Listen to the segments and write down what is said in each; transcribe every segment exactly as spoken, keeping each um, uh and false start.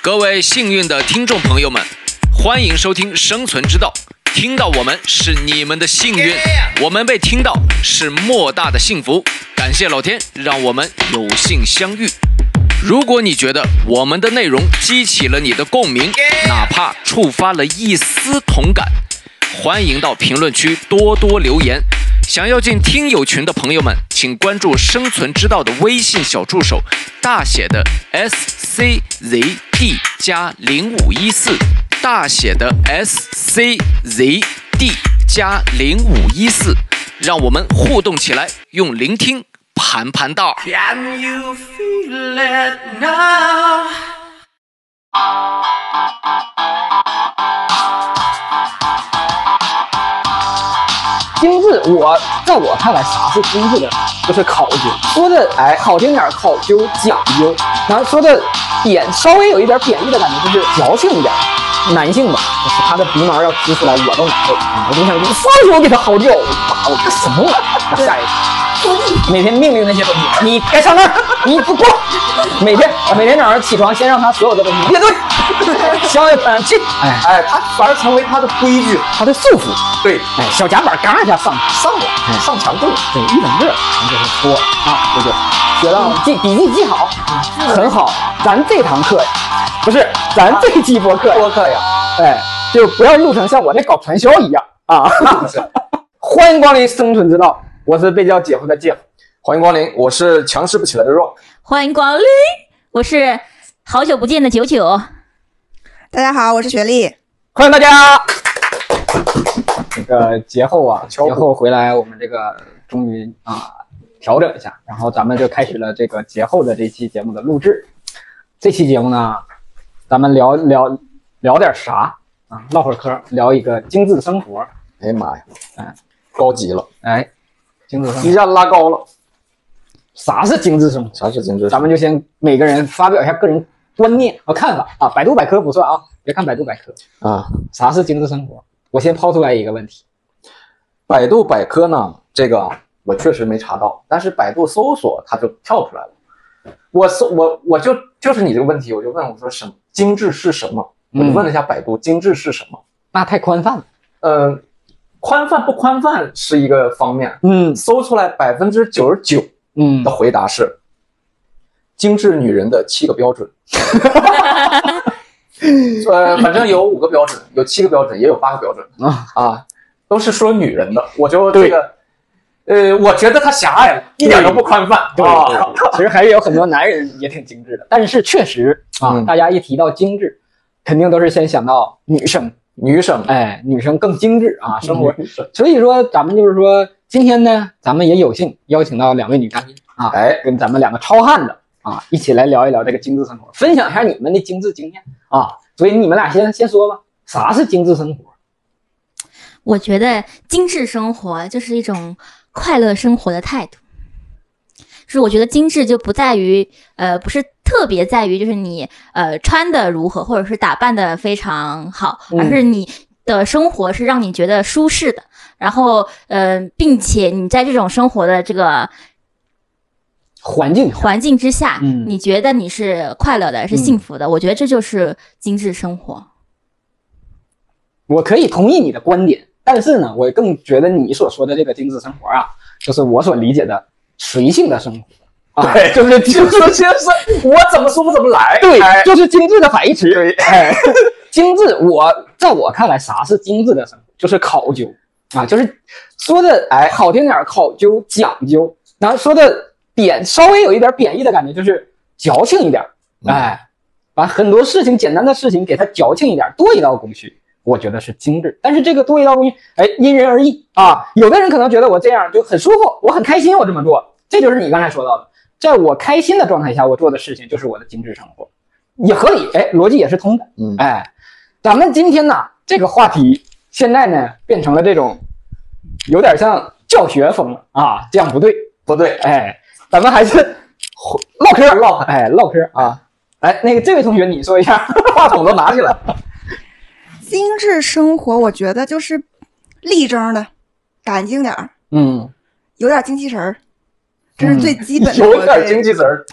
各位幸运的听众朋友们，欢迎收听《生存之道》。听到我们是你们的幸运，我们被听到是莫大的幸福。感谢老天，让我们有幸相遇。如果你觉得我们的内容激起了你的共鸣，哪怕触发了一丝同感，欢迎到评论区多多留言。想要进听友群的朋友们，请关注生存之道的微信小助手，大写的 S C Z D 加零五一四，大写的 S C Z D 加零五一四，让我们互动起来，用聆听盘盘道。Can you feel it now? 精致，我在我看来，啥是精致的？就是考究。说的哎好听点，考究讲究；然后说的贬，稍微有一点贬义的感觉，就是矫情一点。男性吧，就是他的鼻毛要直出来，我都难受。我就想，你放手给他薅掉，打我干什么玩意？下一个，每天命令那些东西，你该上那儿，你不过。每天每天早上起床，先让他所有的东西列队，消灭喷气。哎哎，他反而成为他的规矩， 他的束缚。 对， 哎，小夹板嘎一下上上了， 哎，上强度， 对，一整个就是说啊，这就学到记笔记记好，很好。咱这堂课呀，不是咱这期播客播客呀， 哎，就不要录成像我这搞传销一样啊。欢迎光临生存之道，我是被叫姐夫的姐夫。 欢迎光临，我是强势不起来的肉。 欢迎光临，我是好久不见的九九。 大家好，我是雪莉。 欢迎大家。这个节后啊，节后回来，我们这个终于啊调整一下，然后咱们就开始了这个节后的这期节目的录制。这期节目呢，咱们聊聊聊点啥啊？唠会儿嗑，聊一个精致生活。 哎呀妈呀， 哎， 高级了， 哎，精致生活一下拉高了。 啥是精致生活？ 啥是精致？ 咱们就先每个人发表一下个人观念和看法啊，百度百科不算啊，别看百度百科啊。 啥是精致生活？我先抛出来一个问题。 百度百科呢，这个我确实没查到，但是百度搜索它就跳出来了。我搜我我就就是你这个问题，我就问我说什么精致是什么？我就问了一下百度，嗯、精致是什么？ 那太宽泛了。 呃，宽泛不宽泛是一个方面。 嗯， 搜出来百分之九十九。嗯的回答是精致女人的七个标准。呃，反正有五个标准，有七个标准，也有八个标准啊啊，都是说女人的。我就这个，呃，我觉得它狭隘了，一点都不宽泛。 对，啊、其实还是有很多男人也挺精致的，但是确实啊，嗯、大家一提到精致，肯定都是先想到女生， 女生， 哎，女生更精致啊，生活。所以说，咱们就是说。今天呢，咱们也有幸邀请到两位女嘉宾啊，哎，跟咱们两个糙汉子啊一起来聊一聊这个精致生活，分享一下你们的精致经验啊。所以你们俩先先说吧，啥是精致生活？ 我觉得精致生活就是一种快乐生活的态度。就是我觉得精致就不在于呃，不是特别在于就是你呃穿的如何，或者是打扮的非常好，而是你的生活是让你觉得舒适的。然后，呃，并且你在这种生活的这个环境环境之下， 嗯， 你觉得你是快乐的，是幸福的，嗯、我觉得这就是精致生活。 我可以同意你的观点，但是呢，我更觉得你所说的这个精致生活啊，就是我所理解的随性的生活。 啊、对，就是就是就是我怎么舒服怎么来。 对， 哎、 就是精致的反义词。 对， 哎，精致，我在我看来，啥是精致的生活？就是考究。啊，就是说的哎好听点，考究讲究；然后说的贬，稍微有一点贬义的感觉，就是矫情一点。哎，把很多事情简单的事情给它矫情一点，多一道工序，我觉得是精致。但是这个多一道工序，哎，因人而异啊。有的人可能觉得我这样就很舒服，我很开心，我这么做，这就是你刚才说到的，在我开心的状态下，我做的事情就是我的精致生活，也合理，哎，逻辑也是通的。 嗯， 哎，咱们今天呢这个话题。现在呢，变成了这种有点像教学风了啊，这样不对， 不对， 哎，咱们还是唠嗑唠，哎，唠嗑啊，哎，那个这位同学，你说一下，话筒都拿起来。 精致生活，我觉得就是立正的，干净点儿， 嗯， 有点精气神儿，这是最基本的。 有点精气神儿，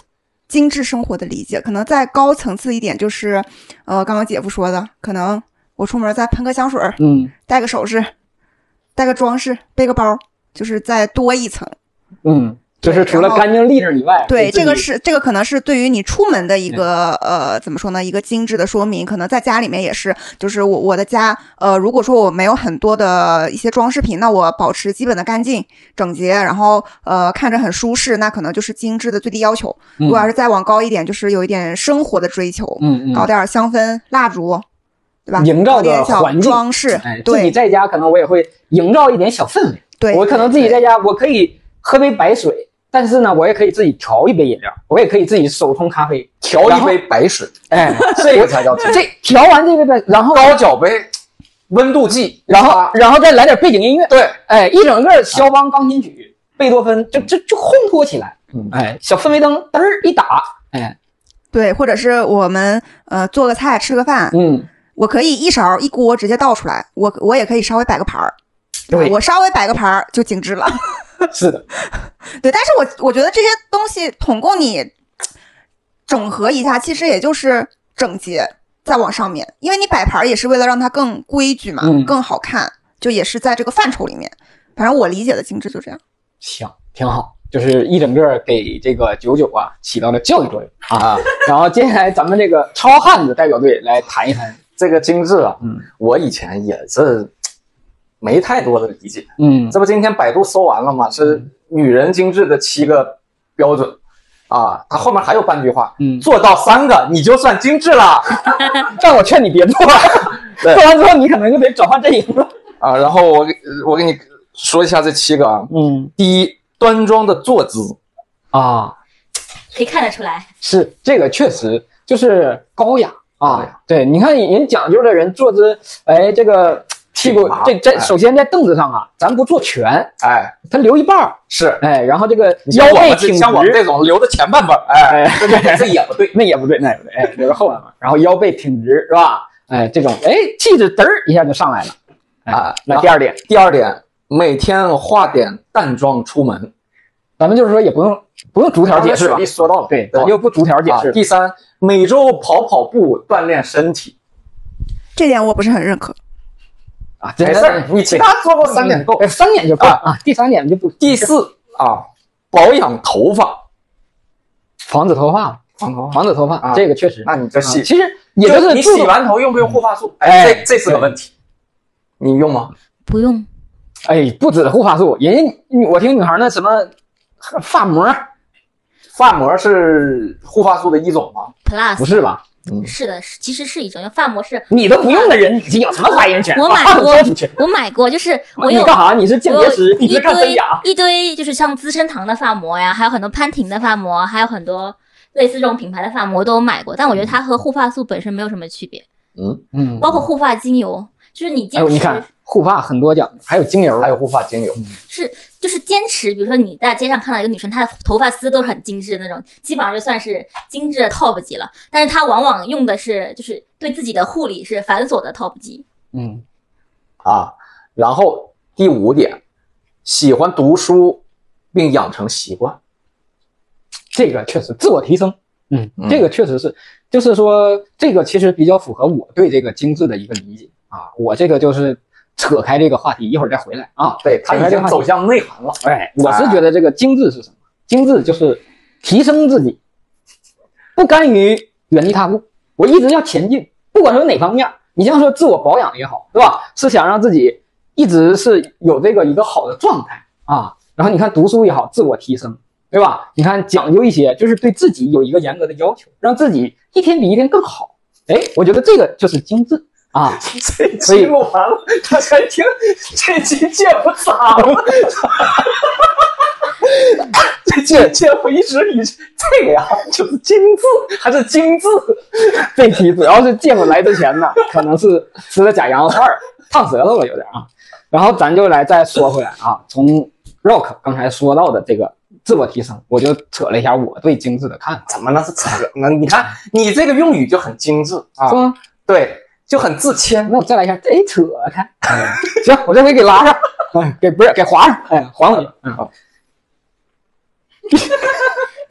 精致生活的理解，可能再高层次一点，就是呃，刚刚姐夫说的，可能我出门再喷个香水， 嗯， 戴个首饰，戴个装饰，背个包，就是再多一层。 嗯，就是除了干净利落以外， 对，这个是这个可能是对于你出门的一个呃怎么说呢，一个精致的说明。可能在家里面也是，就是我我的家呃，如果说我没有很多的一些装饰品，那我保持基本的干净整洁，然后呃看着很舒适，那可能就是精致的最低要求。 嗯、 如果要是再往高一点，就是有一点生活的追求， 嗯嗯， 搞点香氛蜡烛。对吧？ 营造的环境装饰， 哎， 对， 自己在家可能我也会营造一点小氛围。 对， 我可能自己在家，我可以喝杯白水，但是呢，我也可以自己调一杯饮料，我也可以自己手冲咖啡， 调一杯白水。 哎， 这个才叫这调完这个呗，然后高脚杯，温度计， 然后然后再来点背景音乐。 对， 哎，一整个肖邦钢琴曲，贝多芬就就就烘托起来。 嗯， 哎，小氛围灯嘚儿一打，哎， 对，或者是我们呃做个菜吃个饭， 嗯。 我可以一勺一锅直接倒出来，我我也可以稍微摆个盘儿， 对， 我稍微摆个盘儿就精致了。 是的， 对，但是我我觉得这些东西统共你整合一下，其实也就是整洁再往上面，因为你摆盘也是为了让它更规矩嘛， 嗯、 更好看，就也是在这个范畴里面。反正我理解的精致就这样。 行，挺好。就是一整个给这个九九啊起到了教育作用啊。然后接下来咱们这个糙汉子代表队来谈一谈这个精致啊。嗯，我以前也是没太多的理解。 嗯， 这不今天百度搜完了吗？是女人精致的七个标准啊。它后面还有半句话，嗯，做到三个你就算精致了。 但我劝你别做，做完之后你可能就得转换阵营了啊。然后我我给你说一下这七个啊。嗯，第一。端庄的坐姿啊， 可以看得出来， 是这个确实就是高雅啊。对，你看人讲究的人坐姿，哎，这个屁股这在首先在凳子上啊，咱不坐全， 哎， 他留一半是， 哎，然后这个腰背挺直， 像我们这种留的前半半，哎，这也不对， 那也不对，那也不对，哎，留着后半半，然后腰背挺直，是吧？哎，这种哎气质嘚儿一下就上来了啊。那第二点， 第二点。每天化点淡妆出门， 咱们就是说也不用不用逐条解释了， 说到了， 对，咱就不逐条解释。 啊、第三，每周跑跑步锻炼身体， 这点我不是很认可啊。 没事，你其他做过三点够， 三点就够啊。啊第三点就不。 第四啊，保养头发， 防止头发， 防头防止头发， 啊、 这个确实。 那你这洗， 啊、其实也就是你洗完头用不用护发素？哎，这这是个问题，你用吗？ 不用。 哎，不止护发素，人家我听女孩那什么发膜， 发膜是护发素的一种吗 ？Plus 不是吧？ 嗯，是的，其实是一种，因为发膜是你都不用的人，你有什么发言权？ 我买过，我买过，就是我有你干啥？你是间谍师？你是看真假？ 一堆就是像资生堂的发膜呀，还有很多潘婷的发膜，还有很多类似这种品牌的发膜都有买过，但我觉得它和护发素本身没有什么区别。 嗯嗯，包括护发精油，就是你坚持。 哎、你看。护发很多讲，还有精油， 还有护发精油， 是就是坚持。比如说你在街上看到一个女生，她的头发丝都是很精致的那种，基本上就算是精致的 top 级了。但是她往往用的是就是对自己的护理是繁琐的 top 级。 嗯， 啊，然后第五点，喜欢读书并养成习惯， 这个确实自我提升。嗯，嗯这个确实是，就是说这个其实比较符合我对这个精致的一个理解啊。我这个就是。扯开这个话题，一会儿再回来啊。 对，他已经走向内涵了。 哎，我是觉得这个精致是什么？精致就是提升自己，不甘于原地踏步，我一直要前进，不管说哪方面。你像说自我保养也好，对吧？是想让自己一直是有这个一个好的状态啊。然后你看读书也好，自我提升，对吧？你看讲究一些，就是对自己有一个严格的要求，让自己一天比一天更好。哎，我觉得这个就是精致。啊， 这期录完了，他才听这期节目咋了？这节节目一直以这个呀，就是精致还是精致？ 这期主要是节目来之前呢，可能是吃了假羊肉串儿，烫舌头了有点啊。然后咱就来再说回来啊，从 Rock 刚才说到的这个自我提升，我就扯了一下我对精致的看法。 怎么能是扯呢？你看你这个用语就很精致啊， 是吗？ 对。就很自谦， 那我再来一下，哎，扯开，哎，行，我这回给拉上，哎，给不是给划上，哎，还回去。嗯，好。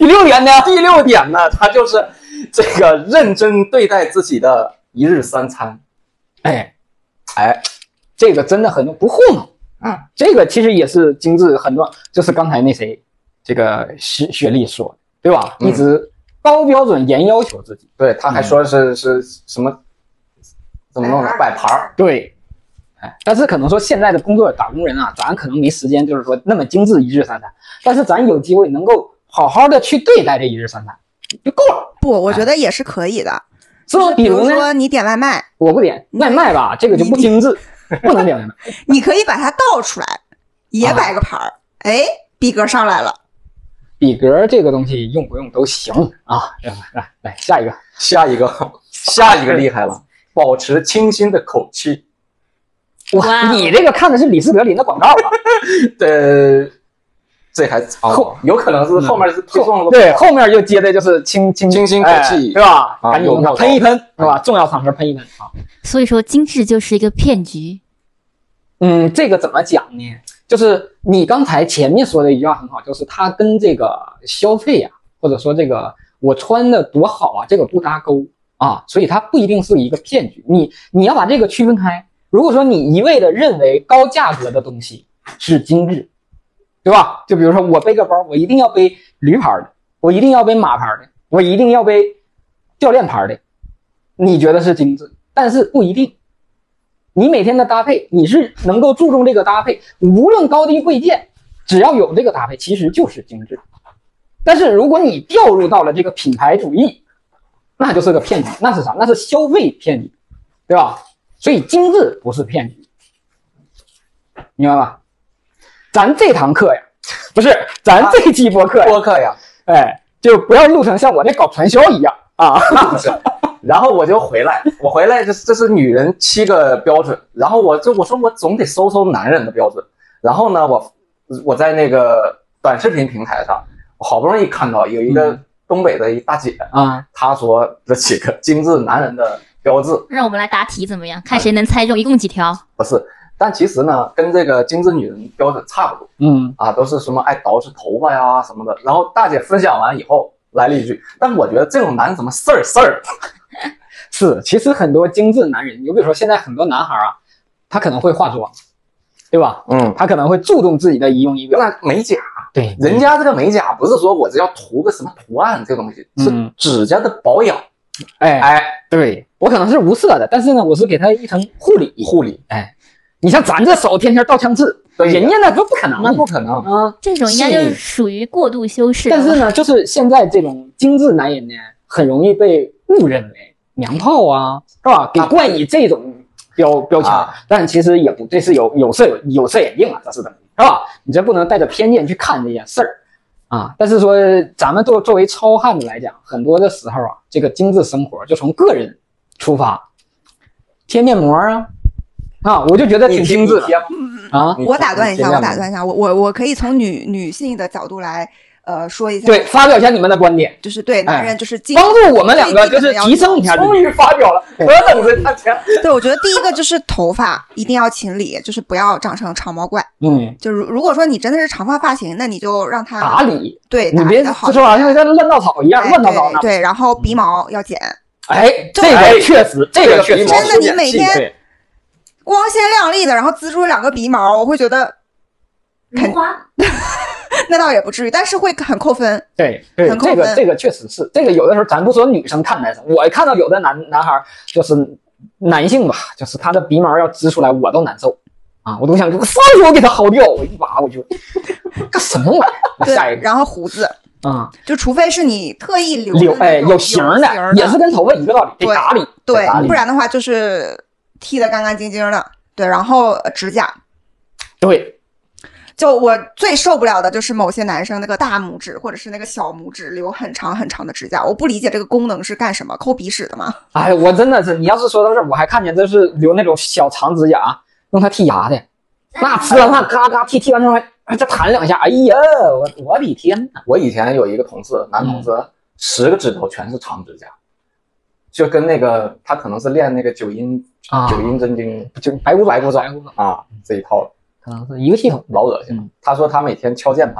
第六点呢？ 第六点呢，他就是这个认真对待自己的一日三餐。 哎哎， 这个真的很不糊弄。 嗯， 这个其实也是精致很重要，就是刚才那谁，这个雪雪莉说的，对吧？ 嗯、 一直高标准严要求自己。 对，他还说是、嗯、是什么怎么弄的摆盘儿。 对。哎，但是可能说现在的工作打工人啊，咱可能没时间，就是说那么精致一日三餐，但是咱有机会能够好好的去对待这一日三餐就够了。 不，我觉得也是可以的。 是吧？比如呢， 说你点外卖， 我不点外卖吧，这个就不精致，不能点外卖。 你可以把它倒出来，也摆个盘儿，哎、啊，逼格上来了。 比格这个东西用不用都行啊。来来来，下一个， 下一个，下一个厉害了，保持清新的口气。 哇，你这个看的是李斯德林的广告吧？ 对，这还哦，有可能是后面是推送了、嗯， 对，后面就接的就是清清清新口气， 哎、对吧？ 啊、 赶紧喷一喷，是吧？重要场合喷一喷啊。 所以说，精致就是一个骗局。 嗯，这个怎么讲呢？就是你刚才前面说的一句话很好，就是它跟这个消费啊，或者说这个我穿的多好啊，这个不搭钩啊，所以它不一定是一个骗局。你你要把这个区分开。如果说你一味的认为高价格的东西是精致，对吧？就比如说我背个包，我一定要背驴牌的，我一定要背马牌的，我一定要背教练牌的，你觉得是精致，但是不一定。你每天的搭配，你是能够注重这个搭配，无论高低贵贱，只要有这个搭配，其实就是精致。但是如果你掉入到了这个品牌主义，那就是个骗局，那是啥？那是消费骗局，对吧？所以精致不是骗局，明白吧？咱这堂课呀，不是咱这期播客呀， 播客呀， 哎，就不要录成像我这搞传销一样啊。 那不是。然后我就回来，我回来这这是女人七个标准，然后我就我说我总得搜搜男人的标准，然后呢，我我在那个短视频平台上，我好不容易看到有一个东北的一大姐啊、嗯，她说这几个精致男人的标志， 让我们来答题怎么样？看谁能猜中，一共几条？ 不是，但其实呢，跟这个精致女人标准差不多。 嗯啊，都是什么爱捯饬头发呀什么的。然后大姐分享完以后来了一句，但我觉得这种男人怎么事儿事儿？ 是，其实很多精致男人，你比如说现在很多男孩啊，他可能会化妆，对吧？ 嗯， 他可能会注重自己的仪容仪表。 那美甲， 对， 人家这个美甲不是说我只要涂个什么图案这个东西，是指甲的保养。 哎哎，对，我可能是无色的，但是呢，我是给他一层护理护理。 哎，你像咱这手天天倒枪刺，人家那都不可能， 那不可能啊。 这种应该就是属于过度修饰。 但是呢，就是现在这种精致男人呢，很容易被误认为娘炮啊，是吧？给冠以这种标标签，啊、但其实也不，这是有有色有有色眼镜啊，这是的，是吧？你这不能带着偏见去看这件事儿啊。但是说咱们作作为糙汉子来讲，很多的时候啊，这个精致生活就从个人出发，贴面膜啊。啊，我就觉得挺精致的啊！ 我打断一下，我打断一下，我我我可以从女女性的角度来呃说一下， 对，发表一下你们的观点， 就是对男人就是帮助我们两个就是提升一下。终于发表了，何等是大家！ 对，我觉得第一个就是头发一定要清理，就是不要长成长毛怪。 嗯， 就如如果说你真的是长发发型，那你就让它打理， 对， 你别就说好像跟乱稻草一样，乱糟糟的。 对，然后鼻毛要剪。 哎，这个确实，这个确实真的，你每天。光鲜亮丽的，然后滋出两个鼻毛，我会觉得很花， 那倒也不至于，但是会很扣分。 对对， 很扣分。 这个这个确实是，这个有的时候咱不说女生看男生，我看到有的男男孩就是男性吧，就是他的鼻毛要滋出来，我都难受啊，我都想上去我给他薅掉，我一把我就干什么玩意儿？ 对， 下一个， 然后胡子。 嗯， 就除非是你特意留留哎有型的，也是跟头发一个道理，得打理。 对，不然的话就是剃得干干净净的。对，然后指甲， 对， 就我最受不了的就是某些男生那个大拇指或者是那个小拇指留很长很长的指甲，我不理解这个功能是干什么？抠鼻屎的吗？ 哎，我真的是，你要是说到这儿，我还看见这是留那种小长指甲，用它剔牙的，那吃完饭嘎嘎剔，剔完之后还再弹两下，哎呀，我我的天哪！ 我以前有一个同事，男同事，嗯、十个指头全是长指甲。就跟那个他可能是练那个九阴啊九阴真经， 就白骨白骨爪白骨爪啊这一套， 可能是一个系统， 老恶心了。嗯、他说他每天敲键盘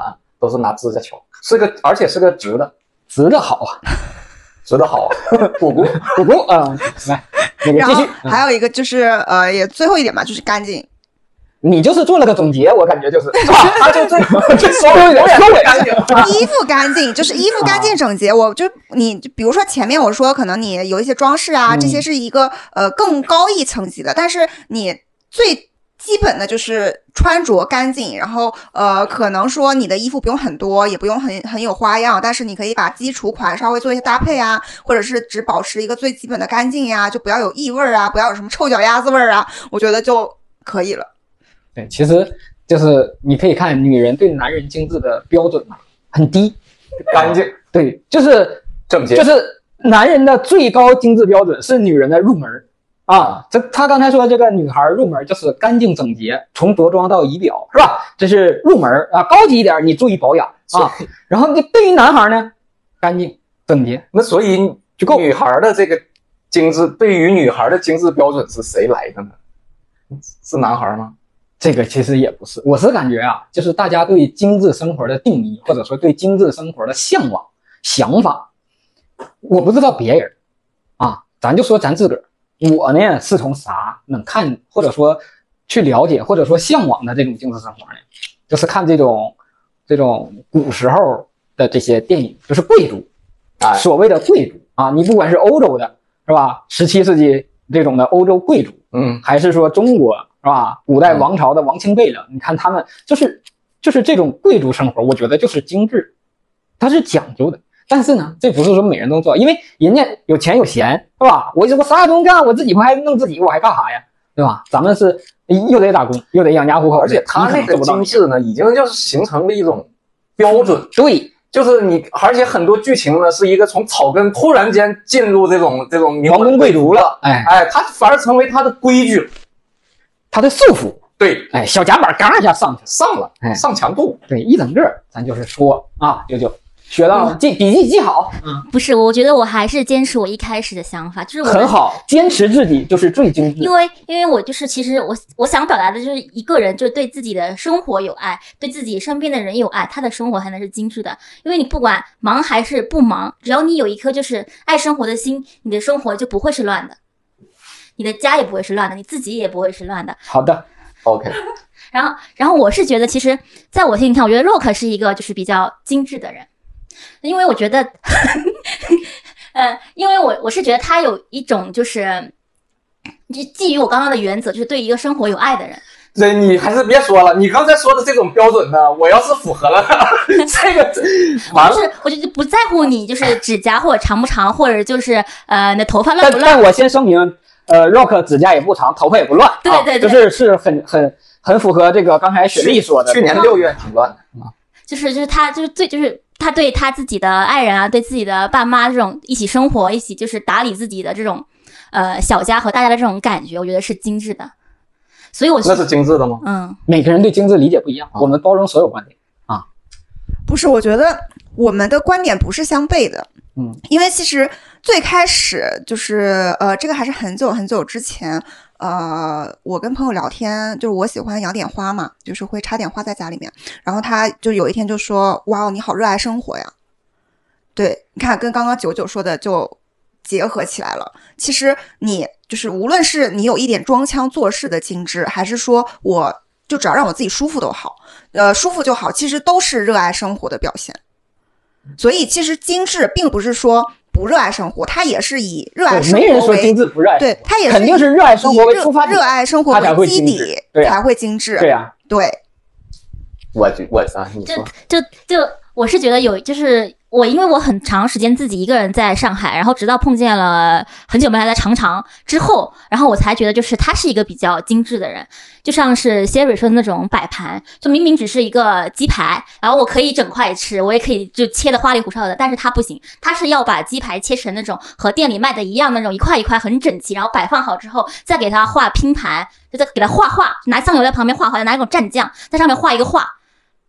都是拿指甲敲，是个而且是个直的， 直的好啊， 直的好啊，鼓鼓鼓鼓啊，来，那个然后继续。嗯还有一个就是呃，也最后一点吧，就是干净。 你就是做了个总结，我感觉就是，是吧？他就最最收尾的收尾干净， 衣服干净，就是衣服干净整洁。我就你比如说前面我说可能你有一些装饰啊， 嗯这些是一个呃更高一层级的，但是你最基本的就是穿着干净，然后呃可能说你的衣服不用很多，也不用很很有花样，但是你可以把基础款稍微做一些搭配啊，或者是只保持一个最基本的干净呀，就不要有异味啊，不要有什么臭脚丫子味儿啊，我觉得就可以了。 对，其实就是你可以看女人对男人精致的标准嘛，很低， 干净对，就是整洁， 就是男人的最高精致标准是女人的入门啊。这他刚才说这个女孩入门就是干净整洁，从着装到仪表，是吧？这是入门啊，高级一点你注意保养啊。然后你对于男孩呢，干净整洁那所以就够。 女孩的这个精致，对于女孩的精致标准是谁来的呢？是男孩吗？ 这个其实也不是，我是感觉啊，就是大家对精致生活的定义，或者说对精致生活的向往、想法，我不知道别人啊，咱就说咱自个儿，我呢是从啥能看，或者说去了解，或者说向往的这种精致生活呢？就是看这种这种古时候的这些电影，就是贵族， 哎， 所谓的贵族啊，你不管是欧洲的，是吧？十七世纪这种的欧洲贵族， 嗯， 还是说中国。是吧？古代王朝的王亲贝勒，你看他们就是就是这种贵族生活，我觉得就是精致，它是讲究的。但是呢，这不是说每人都做，因为人家有钱有闲，是吧？我我啥也不用干，我自己不还弄自己，我还干啥呀？对吧？咱们是又得打工，又得养家糊口， 而且他那个精致呢，已经就是形成了一种标准。 对， 就是你，而且很多剧情呢，是一个从草根突然间进入这种这种王公贵族了，哎哎，他反而成为他的规矩。 他的束缚， 对， 哎，小夹板嘎一下上去上了， 哎， 上强度， 对，一整个咱就是说啊，九九学到了，记笔记记好，嗯， 不是，我觉得我还是坚持我一开始的想法，就是我很好，坚持自己就是最精致， 因为因为我就是其实我我想表达的就是一个人就对自己的生活有爱，对自己身边的人有爱，他的生活才能是精致的。因为你不管忙还是不忙，只要你有一颗就是爱生活的心，你的生活就不会是乱的。你的家也不会是乱的，你自己也不会是乱的。 好的 ，OK。 然后，然后我是觉得，其实在我心里看，我觉得 Rock 是一个就是比较精致的人，因为我觉得，呃，因为我我是觉得他有一种就是，就基于我刚刚的原则，就是对一个生活有爱的人。 这你还是别说了，你刚才说的这种标准呢，我要是符合了，这个完了。 就是我就不在乎你就是指甲或者长不长，或者就是呃你的头发乱但不乱。 但我先声明，呃 ，Rock 指甲也不长，头发也不乱， 对对对， 啊、就是是很很很符合这个刚才雪莉说的。 去年六月挺乱的啊， 就是就是他就是最就是他对他自己的爱人啊，对自己的爸妈这种一起生活，一起就是打理自己的这种呃小家和大家的这种感觉，我觉得是精致的。所以我那是精致的吗？ 嗯， 每个人对精致理解不一样，啊、我们包容所有观点啊。 不是，我觉得我们的观点不是相悖的。 嗯， 因为其实最开始就是呃，这个还是很久很久之前，呃，我跟朋友聊天，就是我喜欢养点花嘛，就是会插点花在家里面。然后他就有一天就说：“哇，你好热爱生活呀！”对，你看，跟刚刚九九说的就结合起来了。其实你就是无论是你有一点装腔作势的精致，还是说我就只要让我自己舒服都好，呃，舒服就好，其实都是热爱生活的表现。所以其实精致并不是说不热爱生活，它也是以热爱生活为， 没人说精致不热爱， 对，它也是肯定是热爱生活为出发点， 热爱生活为基底才会精致。 对呀、啊， 对。 我我啊，你说， 就就就我是觉得有，就是我因为我很长时间自己一个人在上海，然后直到碰见了很久没来的常常之后，然后我才觉得就是他是一个比较精致的人，就像是 Siri 说的那种摆盘，就明明只是一个鸡排，然后我可以整块吃，我也可以就切的花里胡哨的，但是他不行，他是要把鸡排切成那种和店里卖的一样那种一块一块很整齐，然后摆放好之后，再给它画拼盘，就再给它画画，拿酱油在旁边画画，拿一种蘸酱在上面画一个画。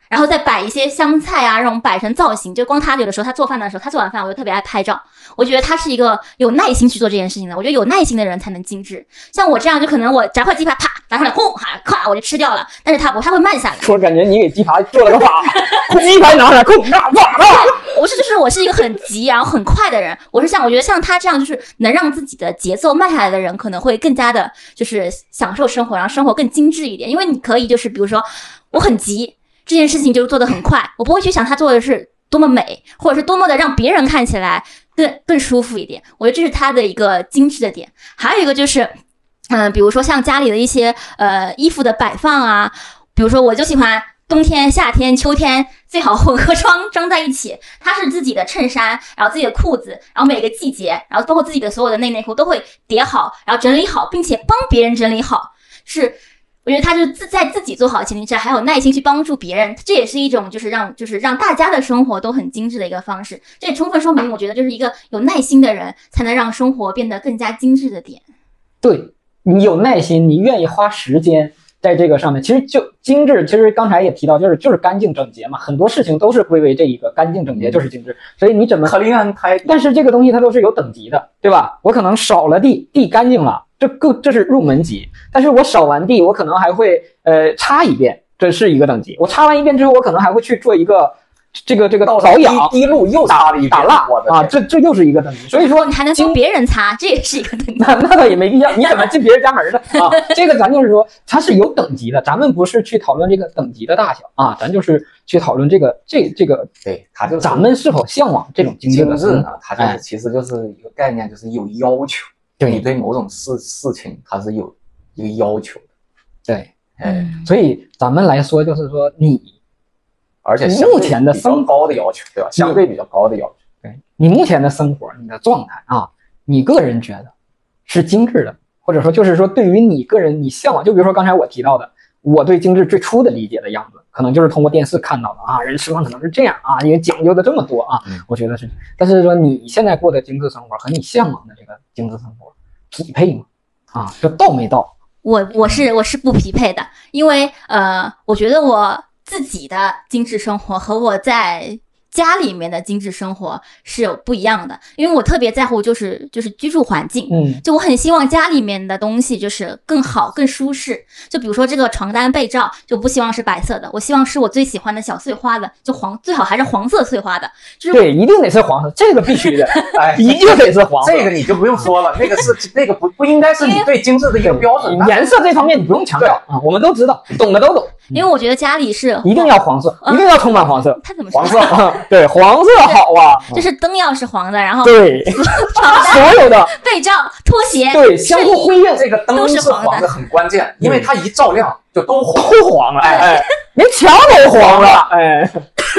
然后再摆一些香菜啊，这种摆成造型。就光他有的时候他做饭的时候，他做完饭我就特别爱拍照。我觉得他是一个有耐心去做这件事情的。我觉得有耐心的人才能精致。像我这样，就可能我炸块鸡排啪拿上来，轰哈咵我就吃掉了，但是他不，他会慢下来。 说感觉你给鸡排做了个法，鸡排拿上来，空那哇啊！ 我是就是我是一个很急然后很快的人。我是像我觉得像他这样，就是能让自己的节奏慢下来的人，可能会更加的就是享受生活，然后生活更精致一点。因为你可以就是比如说我很急。这件事情就是做得很快，我不会去想他做的是多么美，或者是多么的让别人看起来更更舒服一点。我觉得这是他的一个精致的点。还有一个就是，嗯、呃，比如说像家里的一些呃衣服的摆放啊，比如说我就喜欢冬天、夏天、秋天最好混合装装在一起。它是自己的衬衫，然后自己的裤子，然后每个季节，然后包括自己的所有的内内裤都会叠好，然后整理好，并且帮别人整理好，是。我觉得他就是自在自己做好的前提之下，还有耐心去帮助别人，这也是一种就是让就是让大家的生活都很精致的一个方式。这也充分说明，我觉得就是一个有耐心的人才能让生活变得更加精致的点。 对，你有耐心，你愿意花时间在这个上面，其实就精致。其实刚才也提到，就是就是干净整洁嘛，很多事情都是归为这一个干净整洁就是精致。所以你怎么可怜太， 但是这个东西它都是有等级的，对吧？我可能扫了地，地干净了。这够，这是入门级。但是我扫完地，我可能还会呃擦一遍，这是一个等级。我擦完一遍之后，我可能还会去做一个这个这个保养， 一路又擦了一遍打蜡啊，这这又是一个等级。所以说你还能帮别人擦，这也是一个等级。 那那倒也没必要，你怎么进别人家门呢？啊，这个咱就是说它是有等级的，咱们不是去讨论这个等级的大小啊，咱就是去讨论这个这这个， 对，它就是咱们是否向往这种精致的精致呢？它就是其实就是一个概念，就是有要求。 对你对某种事事情它是有一个要求的， 对， 哎， 所以咱们来说就是说你， 而且目前的生活高的要求，对吧？相对比较高的要求， 对你目前的生活，你的状态啊，你个人觉得是精致的，或者说就是说对于你个人你向往，就比如说刚才我提到的，我对精致最初的理解的样子，可能就是通过电视看到的啊，人吃饭可能是这样啊，因为讲究的这么多啊， 嗯、 我觉得是，但是说你现在过的精致生活和你向往的这个精致生活匹配吗？啊，这到没到？ 我我是我是不匹配的，因为呃，我觉得我自己的精致生活和我在家里面的精致生活是有不一样的，因为我特别在乎就是就是居住环境， 嗯， 就我很希望家里面的东西就是更好更舒适。就比如说这个床单被罩，就不希望是白色的，我希望是我最喜欢的小碎花的，就黄，最好还是黄色碎花的。就是对，一定得是黄色，这个必须的，哎，一定得是黄色。 这个你就不用说了，那个是那个不不应该是你对精致的一个标准。 颜色这方面你不用强调啊，我们都知道，懂的都懂。 因为我觉得家里是一定要黄色，一定要充满黄色。 它怎么说？ 黄色啊，对，黄色好啊， 就是灯要是黄的，然后对，所有的被罩、拖鞋， 对，相互辉映。 这个灯是黄的很关键，因为它一照亮就都黄， 都黄了，哎哎，连墙都黄了，哎。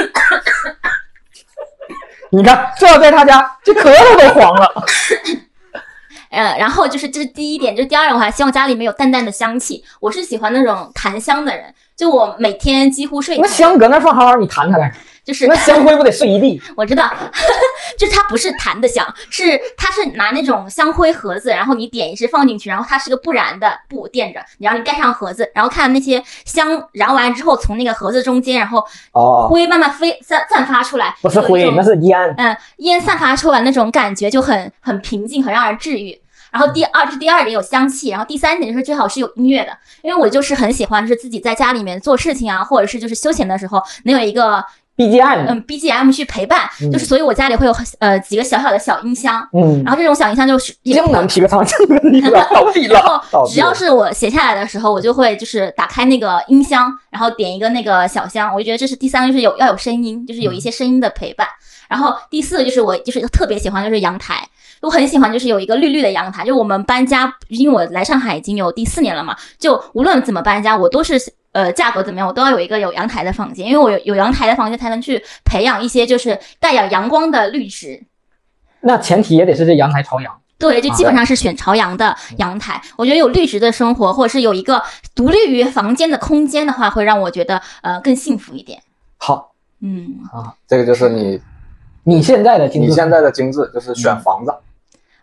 你看，这要在他家，这咳嗽都黄了。 呃，然后就是这是第一点，就是第二点，我还希望家里面有淡淡的香气。我是喜欢那种檀香的人，就我每天几乎睡前那香搁那放好好，你弹它干啥？ 就是那香灰不得碎一地？ 我知道，就是它不是弹的香，是它是拿那种香灰盒子，然后你点一支放进去，然后它是个不燃的布垫着，然后你盖上盒子，然后看那些香燃完之后从那个盒子中间，然后灰慢慢飞散散发出来， 不是灰，那是烟。 嗯，烟散发出来那种感觉就很很平静，很让人治愈。然后第二，这是第二点有香气，然后第三点就是最好是有音乐的，因为我就是很喜欢，就是自己在家里面做事情啊，或者是就是休闲的时候能有一个 B G M， 嗯 B G M 去陪伴，嗯、就是所以我家里会有呃几个小小的小音箱， 嗯， 然后这种小音箱就是江南皮革厂这个地方倒闭了， 然后只要是我写下来的时候，我就会就是打开那个音箱，然后点一个那个小箱，我就觉得这是第三个，就是有要有声音，就是有一些声音的陪伴。嗯、然后第四个就是我就是特别喜欢就是阳台。我很喜欢，就是有一个绿绿的阳台。就我们搬家，因为我来上海已经有第四年了嘛，就无论怎么搬家，我都是呃价格怎么样，我都要有一个有阳台的房间，因为我有有阳台的房间才能去培养一些就是带有阳光的绿植。 那前提也得是这阳台朝阳。 对，就基本上是选朝阳的阳台。啊、我觉得有绿植的生活，或者是有一个独立于房间的空间的话，会让我觉得呃更幸福一点。 好， 嗯啊，这个就是你你现在的精致， 你现在的精致就是选房子。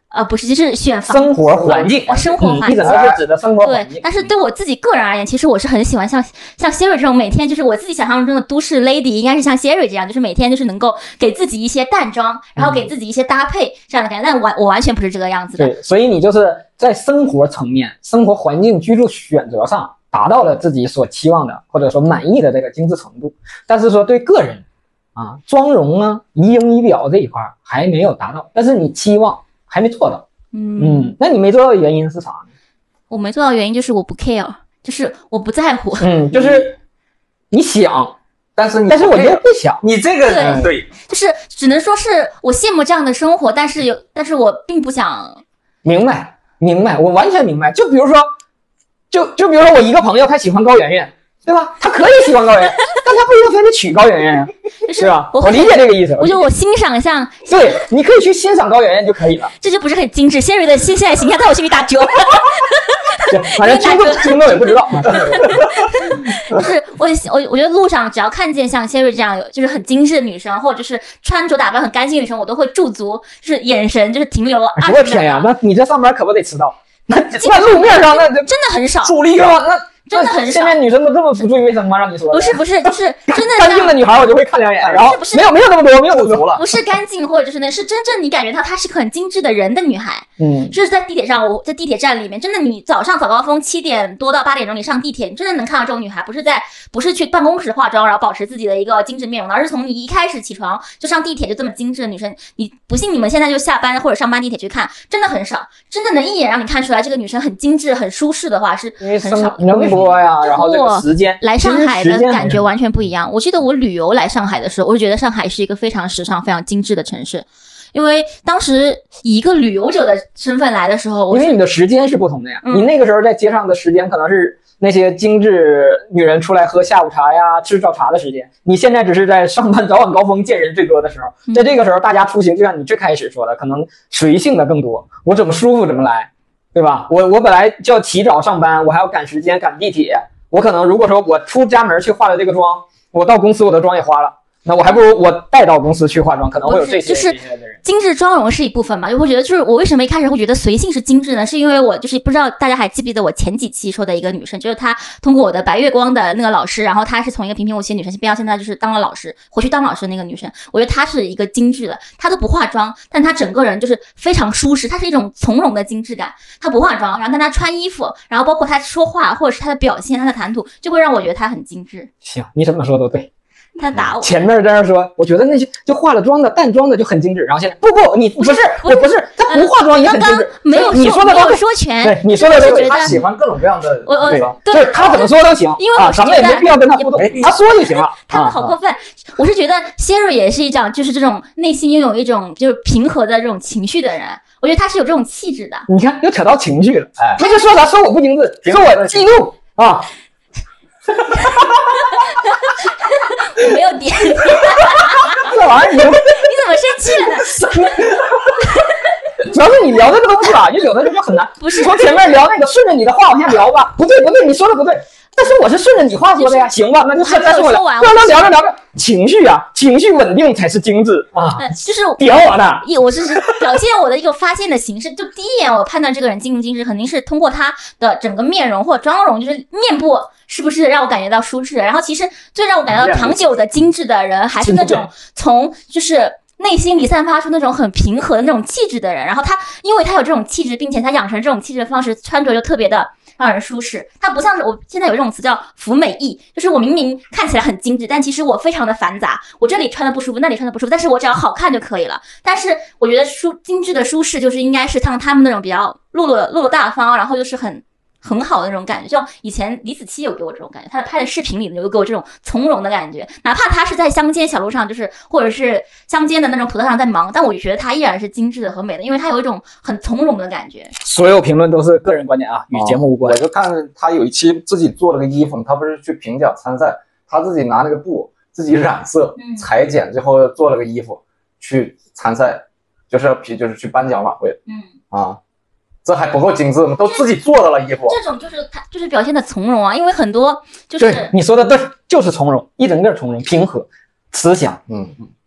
呃，不是，就是选房生活环境， 哦，生活环境， 你可能是指的生活环境。 对，但是对我自己个人而言，其实我是很喜欢像像 Sherry 这种每天就是我自己想象中的都市 lady， 应该是像 Sherry 这样，就是每天就是能够给自己一些淡妆，然后给自己一些搭配这样的感觉。但我我完全不是这个样子的。 对，所以你就是在生活层面、生活环境、居住选择上达到了自己所期望的或者说满意的这个精致程度，但是说对个人啊妆容啊仪容仪表这一块还没有达到，但是你期望还没做到。 嗯嗯，那你没做到的原因是啥呢？ 我没做到的原因就是我不 care， 就是我不在乎。 嗯，就是你想， 但是你但是我就不想。 你这个对对， 就是只能说是我羡慕这样的生活，但是有，但是我并不想。 明白，明白，我完全明白。就比如说，就就比如说我一个朋友他喜欢高圆圆，对吧？他可以喜欢高圆圆，但他不一定非得娶高圆圆呀， 就是对吧？ 我我理解这个意思。 我觉得我欣赏像， 对，你可以去欣赏高圆圆就可以了。 这就不是很精致。Sherry 的现在的形象在我心里打折。 对，反正听众听众也不知道。 就是我我我觉得路上只要看见像 Sherry 这样有就是很精致的女生，或者就是穿着打扮很干净的女生，我都会驻足，就是眼神就是停留二十秒。 我天呀，那你这上班可不得迟到？那那路面上那真的很少， 助力啊，那真的很少。 现在女生都这么不注意卫生吗？让你说的不是不是，就是真的干净的女孩我就会看两眼，然后没有没有那么多，没有那么多了。 不是干净，或者就是那是真正你感觉到她是个很精致的人的女孩。 嗯， 就是在地铁上，我在地铁站里面，真的你早上早高峰七点多到八点钟你上地铁，你真的能看到这种女孩，不是在不是去办公室化妆然后保持自己的一个精致面容，而是从你一开始起床就上地铁就这么精致的女生，你不信你们现在就下班或者上班地铁去看，真的很少，真的能一眼让你看出来这个女生很精致很舒适的话是因为很少。 人多呀，然后这个时间来上海的感觉完全不一样。我记得我旅游来上海的时候，我就觉得上海是一个非常时尚非常精致的城市。因为当时以一个旅游者的身份来的时候，我因为你的时间是不同的呀、 嗯、 你那个时候在街上的时间可能是那些精致女人出来喝下午茶呀吃早茶的时间，你现在只是在上班早晚高峰见人最多的时候，在这个时候大家出行就像你最开始说的可能随性的更多，我怎么舒服怎么来，对吧？我我本来就要起早上班，我还要赶时间赶地铁，我可能如果说我出家门去化了这个妆，我到公司我的妆也花了，那我还不如我带到公司去化妆，可能会有这些就是精致妆容是一部分嘛，就会觉得就是我为什么一开始会觉得随性是精致呢？是因为我就是不知道大家还记不记得我前几期说的一个女生，就是她通过我的白月光的那个老师，然后她是从一个平平无奇的女生变到现在就是当了老师，回去当老师的那个女生，我觉得她是一个精致的，她都不化妆，但她整个人就是非常舒适，她是一种从容的精致感，她不化妆，然后但她穿衣服，然后包括她说话或者是她的表现，她的谈吐，就会让我觉得她很精致。 行，你怎么说都对。 他打我， 前面在那说，我觉得那些就化了妆的、淡妆的就很精致，然后现在不不，你不是，我不是，他不化妆也很精致。 没有你说的都说全， 对，你说的都对。 他喜欢各种各样的， 我我对，就是他怎么说都行， 因为啊，咱们也没必要跟他互动，他说就行了。 他们好过分，我是觉得 Sherry 也是一种，就是这种内心拥有一种就是平和的这种情绪的人，我觉得他是有这种气质的。 你看，又扯到情绪了，哎，他就说啥，说我不精致，说我激怒啊。 我没有点这玩意儿你你怎么生气了呢？ 主要是你聊这个东西吧，就有的时候就很难。 不是从前面聊那个，顺着你的话往下聊吧。不对不对，你说的不对。但是我是顺着你话说的呀，行吧？那就再说聊，聊聊聊着聊着，情绪啊，情绪稳定才是精致啊。 嗯、就是点我呢， 一我是表现我的一个发现的形式。就第一眼我判断这个人精不精致，肯定是通过他的整个面容或者妆容，就是面部是不是让我感觉到舒适。然后其实最让我感觉到长久的精致的人，还是那种从就是内心里散发出那种很平和的那种气质的人。然后他因为他有这种气质，并且他养成这种气质的方式，穿着就特别的让人舒适。它不像是我现在有这种词叫服美役，就是我明明看起来很精致，但其实我非常的繁杂，我这里穿的不舒服，那里穿的不舒服，但是我只要好看就可以了。但是我觉得舒精致的舒适就是应该是像他们那种比较落落落落大方，然后就是很很好的那种感觉。就以前李子柒有给我这种感觉，他拍的视频里有给我这种从容的感觉，哪怕他是在乡间小路上，就是或者是乡间的那种土道上在忙，但我觉得他依然是精致的和美的，因为他有一种很从容的感觉。 所有评论都是个人观点啊，与节目无关。 我就看他有一期自己做了个衣服，他不是去评奖参赛，他自己拿那个布自己染色、 嗯、 裁剪，最后做了个衣服去参赛，就是就是去颁奖晚会。 嗯啊。这还不够精致吗？都自己做的了衣服， 这种就是他就是表现的从容啊，因为很多就是对你说的对，就是从容，一整个从容、平和、慈祥。 嗯嗯，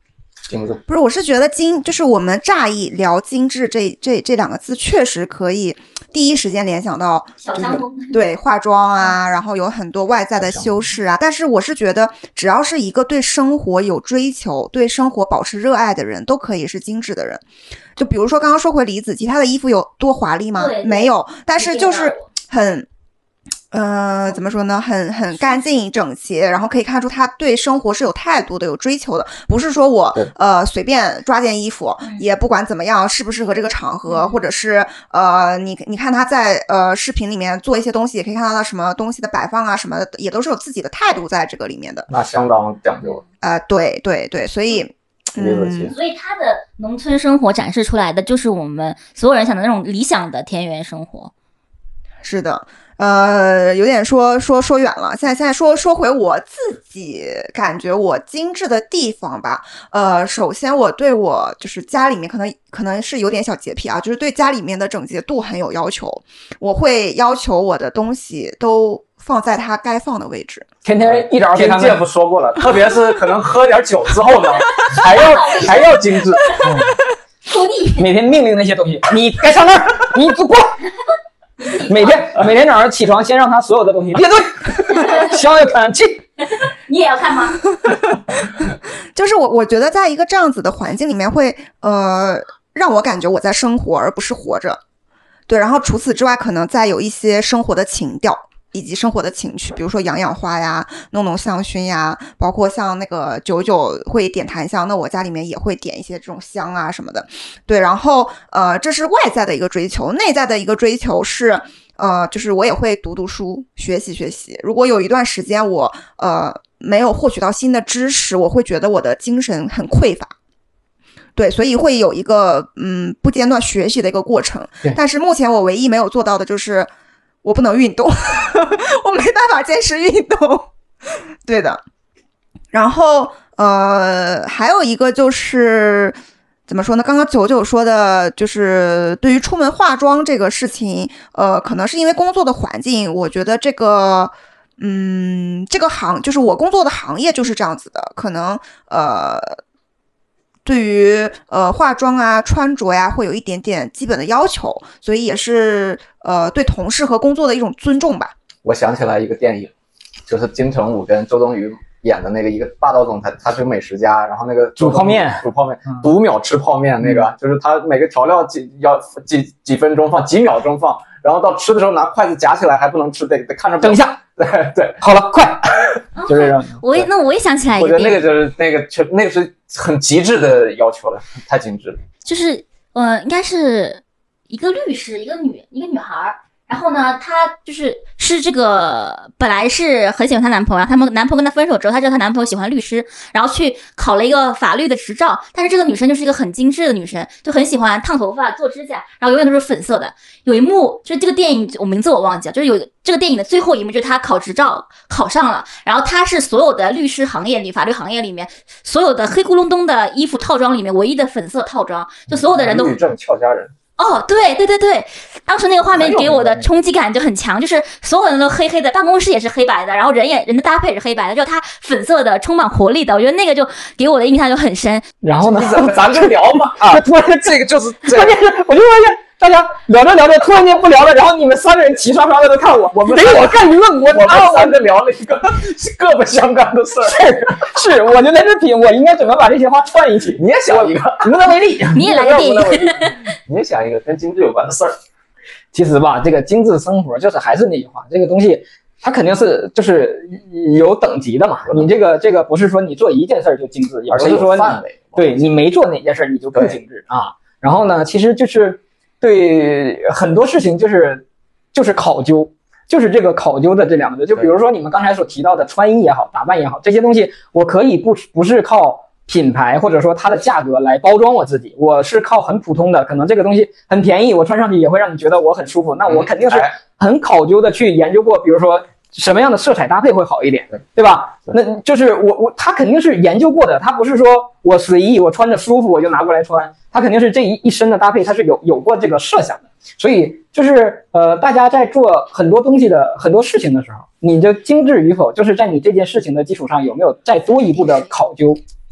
精致不是，我是觉得精就是我们乍一聊精致这这这两个字，确实可以第一时间联想到就是小香风， 对化妆啊，然后有很多外在的修饰啊。但是我是觉得，只要是一个对生活有追求、对生活保持热爱的人，都可以是精致的人。就比如说刚刚说回李子柒，她的衣服有多华丽吗？ 对对没有，但是就是很。呃，怎么说呢？很很干净整洁，然后可以看出他对生活是有态度的、有追求的，不是说我呃随便抓件衣服，也不管怎么样适不适合这个场合，或者是呃你你看他在呃视频里面做一些东西，也可以看到他什么东西的摆放啊什么的，也都是有自己的态度在这个里面的。 那相当讲究。 呃，对对对，所以。 嗯， 所以他的农村生活展示出来的就是我们所有人想的那种理想的田园生活。 是的，呃，有点说说说远了。现在现在说说回我自己感觉我精致的地方吧。呃，首先我对我就是家里面可能可能是有点小洁癖啊，就是对家里面的整洁度很有要求。我会要求我的东西都放在它该放的位置。 天天一早给他们姐夫说过了，特别是可能喝点酒之后呢，还要还要精致。 拖地， 每天命令那些东西，你该上那儿，你就过。每天每天早上起床，先让他所有的东西列队，香要看气。 你也要看吗？ 就是我我觉得在一个这样子的环境里面会，呃，让我感觉我在生活，而不是活着。对，然后除此之外，可能再有一些生活的情调。以及生活的情趣，比如说养养花呀，弄弄香薰呀，包括像那个九九会点檀香，那我家里面也会点一些这种香啊什么的。对，然后呃，这是外在的一个追求，内在的一个追求是呃，就是我也会读读书，学习学习。如果有一段时间我呃没有获取到新的知识，我会觉得我的精神很匮乏。对，所以会有一个嗯不间断学习的一个过程。但是目前我唯一没有做到的就是我不能运动，我没办法坚持运动。对的。然后呃还有一个就是怎么说呢，刚刚九九说的就是对于出门化妆这个事情，呃可能是因为工作的环境，我觉得这个嗯这个行就是我工作的行业就是这样子的，可能呃对于呃化妆啊穿着呀会有一点点基本的要求，所以也是呃对同事和工作的一种尊重吧。 我想起来一个电影，就是金城武跟周冬雨演的那个一个霸道总裁，他是美食家，然后那个煮泡面煮泡面读秒吃泡面，那个、嗯、就是他每个调料几要几几分钟放，几秒钟放，然后到吃的时候拿筷子夹起来还不能吃，得得看着等一下， 对对， 好了，快，就是这样。 我也那我也想起来一个， 我觉得那个就是那个那个是很极致的要求了，太精致了。 就是呃，应该是一个律师，一个女一个女孩。然后呢，她就是是这个本来是很喜欢她男朋友，然后他们男朋友跟她分手之后，她知道她男朋友喜欢律师，然后去考了一个法律的执照。但是这个女生就是一个很精致的女生，就很喜欢烫头发、做指甲，然后永远都是粉色的。有一幕就是这个电影，我名字我忘记了，就是有这个电影的最后一幕，就是她考执照考上了，然后她是所有的律师行业里、法律行业里面所有的黑咕隆咚的衣服套装里面唯一的粉色套装，就所有的人都律政俏佳人。 哦，对对对对，当时那个画面给我的冲击感就很强，就是所有人都黑黑的，办公室也是黑白的，然后人也人的搭配也是黑白的，就它粉色的，充满活力的，我觉得那个就给我的印象就很深。 然后呢， 咱就聊嘛啊， 突然这个就是关键是我就发现大家聊着聊着突然间不聊了，然后你们三个人齐刷刷的都看我，我们给我干愣，我我们三个聊了一个各不相干的事儿。是是，我就在这品，我应该怎么把这些话串一起？ 你也想一个， 无能为力。 你也来个电影， 你也想一个跟精致有关的事儿。 其实吧，这个精致生活就是还是那句话，这个东西它肯定是就是有等级的嘛。你这个这个不是说你做一件事就精致，也不是说你对你没做哪件事你就不精致啊。然后呢，其实就是对很多事情就是就是考究，就是这个考究的这两个字。就比如说你们刚才所提到的穿衣也好，打扮也好，这些东西我可以不不是靠品牌或者说它的价格来包装我自己，我是靠很普通的，可能这个东西很便宜，我穿上去也会让你觉得我很舒服，那我肯定是很考究的去研究过，比如说什么样的色彩搭配会好一点，对吧？那就是我我他肯定是研究过的，他不是说我随意我穿着舒服我就拿过来穿，他肯定是这一一身的搭配他是有有过这个设想的。所以就是呃，大家在做很多东西的很多事情的时候，你的精致与否，就是在你这件事情的基础上有没有再多一步的考究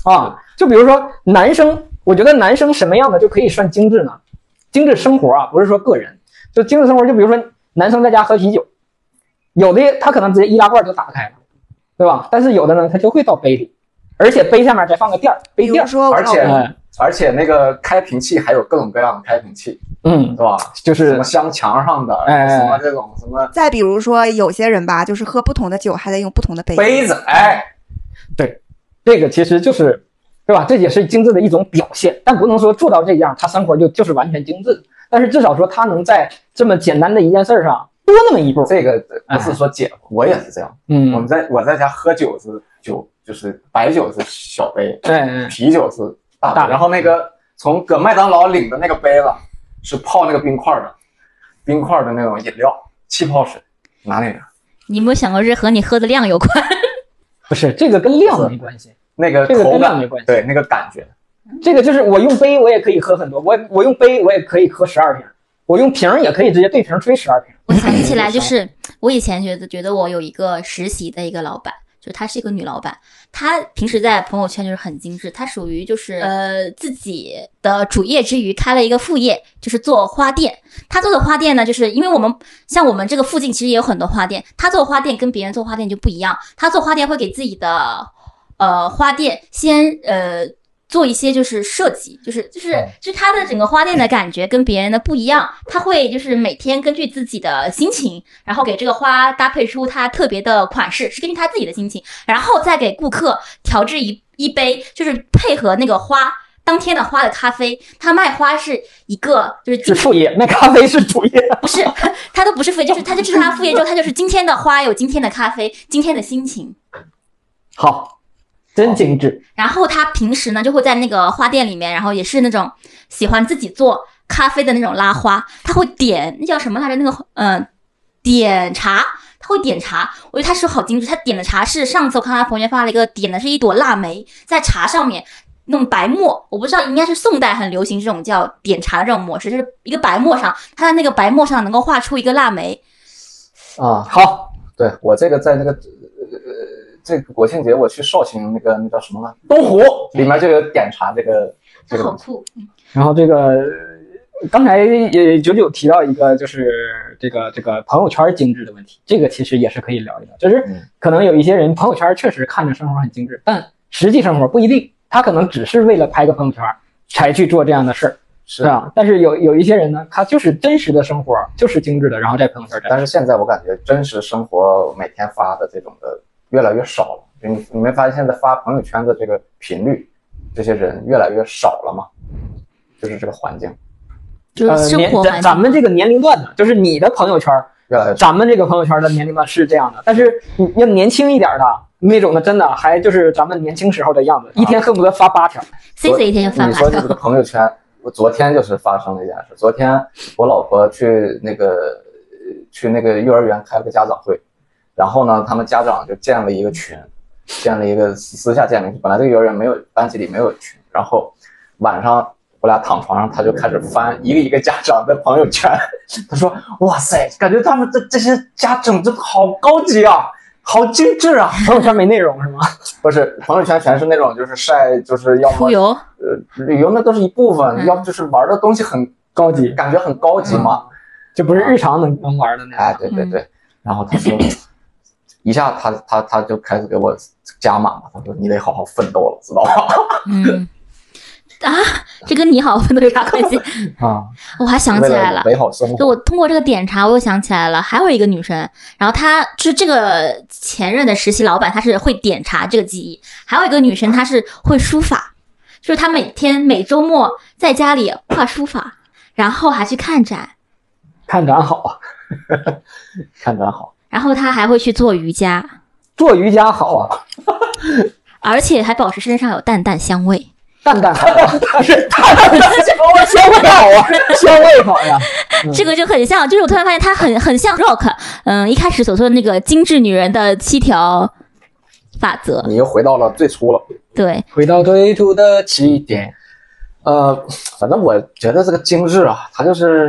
啊。就比如说男生，我觉得男生什么样的就可以算精致呢？精致生活啊，不是说个人，就精致生活，就比如说男生在家喝啤酒，有的他可能直接易拉罐就打开了，对吧？但是有的呢，他就会倒杯里，而且杯下面再放个垫儿，杯垫儿， 说而且、 嗯、 而且那个开瓶器还有各种各样的开瓶器， 嗯， 对吧？ 就是什么镶墙上的， 哎、 什么这种什么。 再比如说有些人吧，就是喝不同的酒还得用不同的杯子。 杯子，哎， 对，这个其实就是。对吧？这也是精致的一种表现，但不能说做到这样，他生活就就是完全精致。但是至少说他能在这么简单的一件事上多那么一步。 这个不是说姐，我也是这样。 嗯， 我们在我在家喝酒是酒，就是白酒是小杯， 嗯， 啤酒是大杯。然后那个从搁麦当劳领的那个杯子是泡那个冰块的，冰块的那种饮料，气泡水，拿那个。 你有没有想过这和你喝的量有关？ 不是，这个跟量没关系。 那个这个口感没关系， 对那个感觉， 这个就是我用杯我也可以喝很多，我我用杯我也可以喝十二瓶，我用瓶也可以直接对瓶吹十二瓶。 我想起来，就是我以前觉得觉得我有一个实习的一个老板，就是她是一个女老板，她平时在朋友圈就是很精致，她属于就是呃自己的主业之余开了一个副业，就是做花店。她做的花店呢，就是因为我们像我们这个附近其实也有很多花店，她做花店跟别人做花店就不一样，她做花店会给自己的呃，花店先呃做一些就是设计，就是就是就是它的整个花店的感觉跟别人的不一样，它会就是每天根据自己的心情，然后给这个花搭配出它特别的款式，是根据他自己的心情，然后再给顾客调制一一杯，就是配合那个花当天的花的咖啡。他卖花是一个就是是副业，那咖啡是主业， 不是，他都不是副业，就是他就是他副业之后，他就是今天的花有今天的咖啡，今天的心情。 好。真精致。 然后他平时呢就会在那个花店里面，然后也是那种喜欢自己做咖啡的那种拉花，他会点那叫什么来着？那个呃点茶，他会点茶。我觉得他是好精致，他点的茶是上次我看他朋友圈发了一个点的是一朵腊梅，在茶上面弄白沫，我不知道应该是宋代很流行这种叫点茶的这种模式，就是一个白沫上，他在那个白沫上能够画出一个腊梅。 啊，好，对我这个在那个。这个国庆节我去绍兴那个那叫什么呢？东湖里面就有点茶这个这个好酷。 然后这个刚才也九九提到一个就是这个这个朋友圈精致的问题，这个其实也是可以聊一聊。就是可能有一些人朋友圈确实看着生活很精致，但实际生活不一定，他可能只是为了拍个朋友圈才去做这样的事儿，是啊。但是有有一些人呢，他就是真实的生活就是精致的，然后在朋友圈。 但是现在我感觉真实生活每天发的这种的越来越少了，就你你没发现现在发朋友圈的这个频率，这些人越来越少了吗？就是这个环境， 就是生活环境。 呃、咱们这个年龄段的，就是你的朋友圈越来越少， 咱们这个朋友圈的年龄段是这样的，但是你要年轻一点的那种的，真的还就是咱们年轻时候的样子，一天恨不得发八条。 C C 一天就发八条。 你说这个朋友圈，我昨天就是发生了一件事。昨天我老婆去那个去那个幼儿园开了个家长会。然后呢，他们家长就建了一个群，建了一个私下建了一个，本来这个幼儿园没有班级里没有群，然后晚上我俩躺床上，他就开始翻一个一个家长的朋友圈，他说：“哇塞，感觉他们这这些家长真的好高级啊，好精致啊！” 朋友圈没内容是吗？ 不是，朋友圈全是那种就是晒，就是要么出游， 呃，旅游那都是一部分，嗯、要不就是玩的东西很高级， 感觉很高级嘛， 嗯、就不是日常能、啊、能玩的那种。 哎，对对对，嗯、然后他说。一下他他他就开始给我加码了，他说你得好好奋斗了，知道吗？ 嗯，啊，这跟你好奋斗有啥关系啊？ 我还想起来了， 美好生活。 就我通过这个点茶，我又想起来了，还有一个女生，然后她就是这个前任的实习老板，她是会点茶这个技艺，还有一个女生她是会书法，就是她每天每周末在家里画书法，然后还去看展， 看展好啊， 看展好。 然后他还会去做瑜伽， 做瑜伽好啊， 而且还保持身上有淡淡香味， 淡淡好啊，是淡淡香味好啊，香味好呀。 嗯、这个就很像，就是我突然发现他很很像 Rock， 嗯，一开始所说的那个精致女人的七条法则， 你又回到了最初了， 对， 回到最初的起点。 呃，反正我觉得这个精致啊，它就是。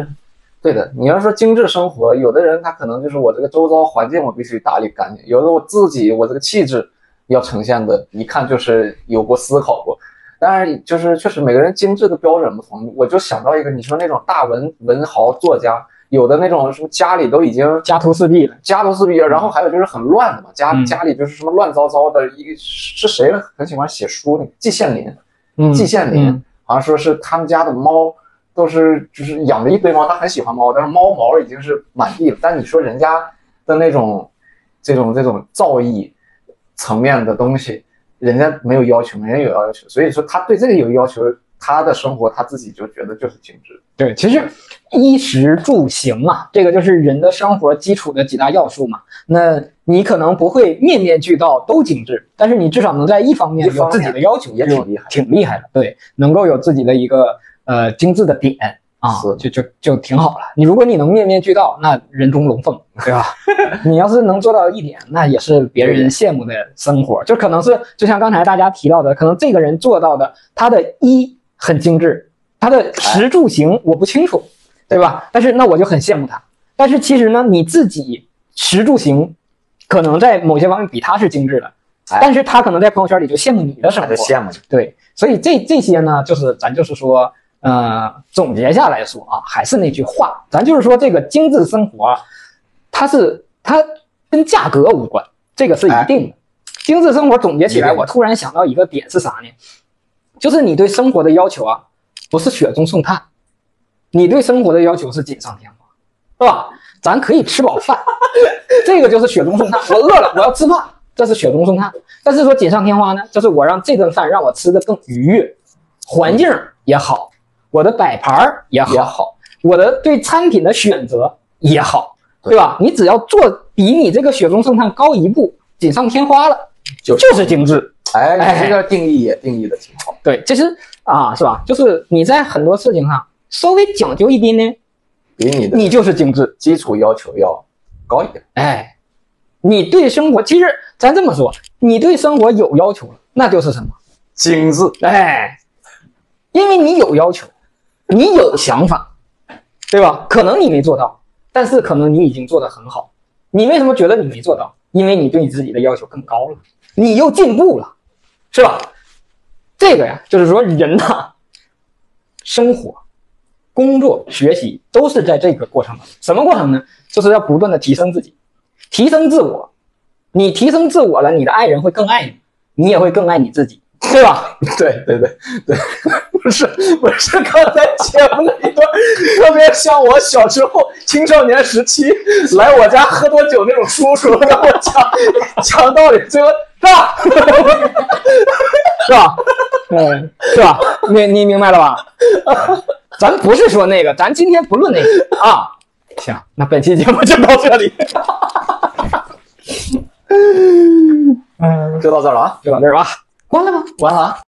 对的，你要说精致生活，有的人他可能就是我这个周遭环境我必须打理干净，有的我自己我这个气质要呈现的，一看就是有过思考过。当然，就是确实每个人精致的标准不同，我就想到一个，你说那种大文文豪作家，有的那种什么家里都已经家徒四壁了， 家徒四壁，然后还有就是很乱的嘛，家、 嗯、 家里就是什么乱糟糟的。一个是谁很喜欢写书那个季羡林， 嗯， 季羡林、 嗯、 好像说是他们家的猫都是就是养着一堆猫，他很喜欢猫，但是猫毛已经是满地了。但你说人家的那种这种这种造诣层面的东西，人家没有要求，人家有要求，所以说他对这个有要求，他的生活他自己就觉得就是精致。 对，其实衣食住行嘛，这个就是人的生活基础的几大要素嘛。那你可能不会面面俱到都精致，但是你至少能在一方面有自己的要求， 也挺厉害， 挺厉害的。对，能够有自己的一个呃精致的点啊，就就就挺好了。你如果你能面面俱到，那人中龙凤，对吧？你要是能做到一点，那也是别人羡慕的生活。就可能是就像刚才大家提到的，可能这个人做到的，他的衣很精致，他的食住行我不清楚，对吧？但是那我就很羡慕他。但是其实呢，你自己食住行可能在某些方面比他是精致的，但是他可能在朋友圈里就羡慕你的生活， 羡慕你。 对，所以这这些呢，就是咱就是说。呃，总结下来说啊，还是那句话，咱就是说这个精致生活啊，它是它跟价格无关，这个是一定的。哎、精致生活总结起来，我突然想到一个点是啥呢？就是你对生活的要求啊，不是雪中送炭，你对生活的要求是锦上添花，是吧？咱可以吃饱饭，这个就是雪中送炭。我饿了，我要吃饭，这是雪中送炭。但是说锦上添花呢，就是我让这顿饭让我吃得更愉悦，环境也好。我的摆盘也好，也好，我的对餐品的选择也好，对吧？你只要做比你这个雪中送炭高一步，锦上添花了，就就是精致。 哎，你这个定义也定义的挺好。 对，其实啊，是吧？就是你在很多事情上稍微讲究一点呢， 比你的你就是精致， 基础要求要高一点。 哎，你对生活，其实咱这么说，你对生活有要求了，那就是什么？ 精致。 哎，因为你有要求。你有想法，对吧？可能你没做到，但是可能你已经做得很好。你为什么觉得你没做到？因为你对你自己的要求更高了，你又进步了，是吧？这个呀，就是说人呐，生活、工作、学习都是在这个过程中。什么过程呢？就是要不断的提升自己，提升自我。你提升自我了，你的爱人会更爱你，你也会更爱你自己。对吧？ 对对对对，不是不是，刚才节目那一段特别像我小时候青少年时期来我家喝多酒那种叔叔跟我讲讲道理，最后是吧？ 是吧？嗯，是吧？你你明白了吧？咱不是说那个，咱今天不论那个啊。行，那本期节目就到这里。 嗯，就到这儿了啊， 就到这儿吧。关了吗？ 完了啊！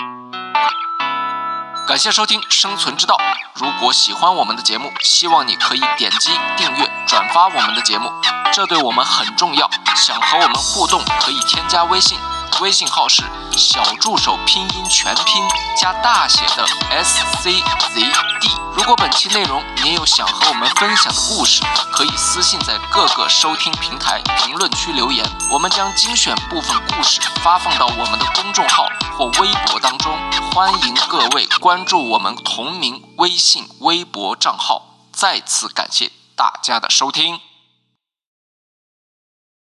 感谢收听《生存之道》。如果喜欢我们的节目，希望你可以点击订阅、转发我们的节目，这对我们很重要。想和我们互动，可以添加微信，微信号是小助手拼音全拼加大写的 S C Z D。如果本期内容你也有想和我们分享的故事，可以私信在各个收听平台评论区留言，我们将精选部分故事发放到我们的公众号或微博当中。欢迎各位关注我们同名微信微博账号。再次感谢大家的收听。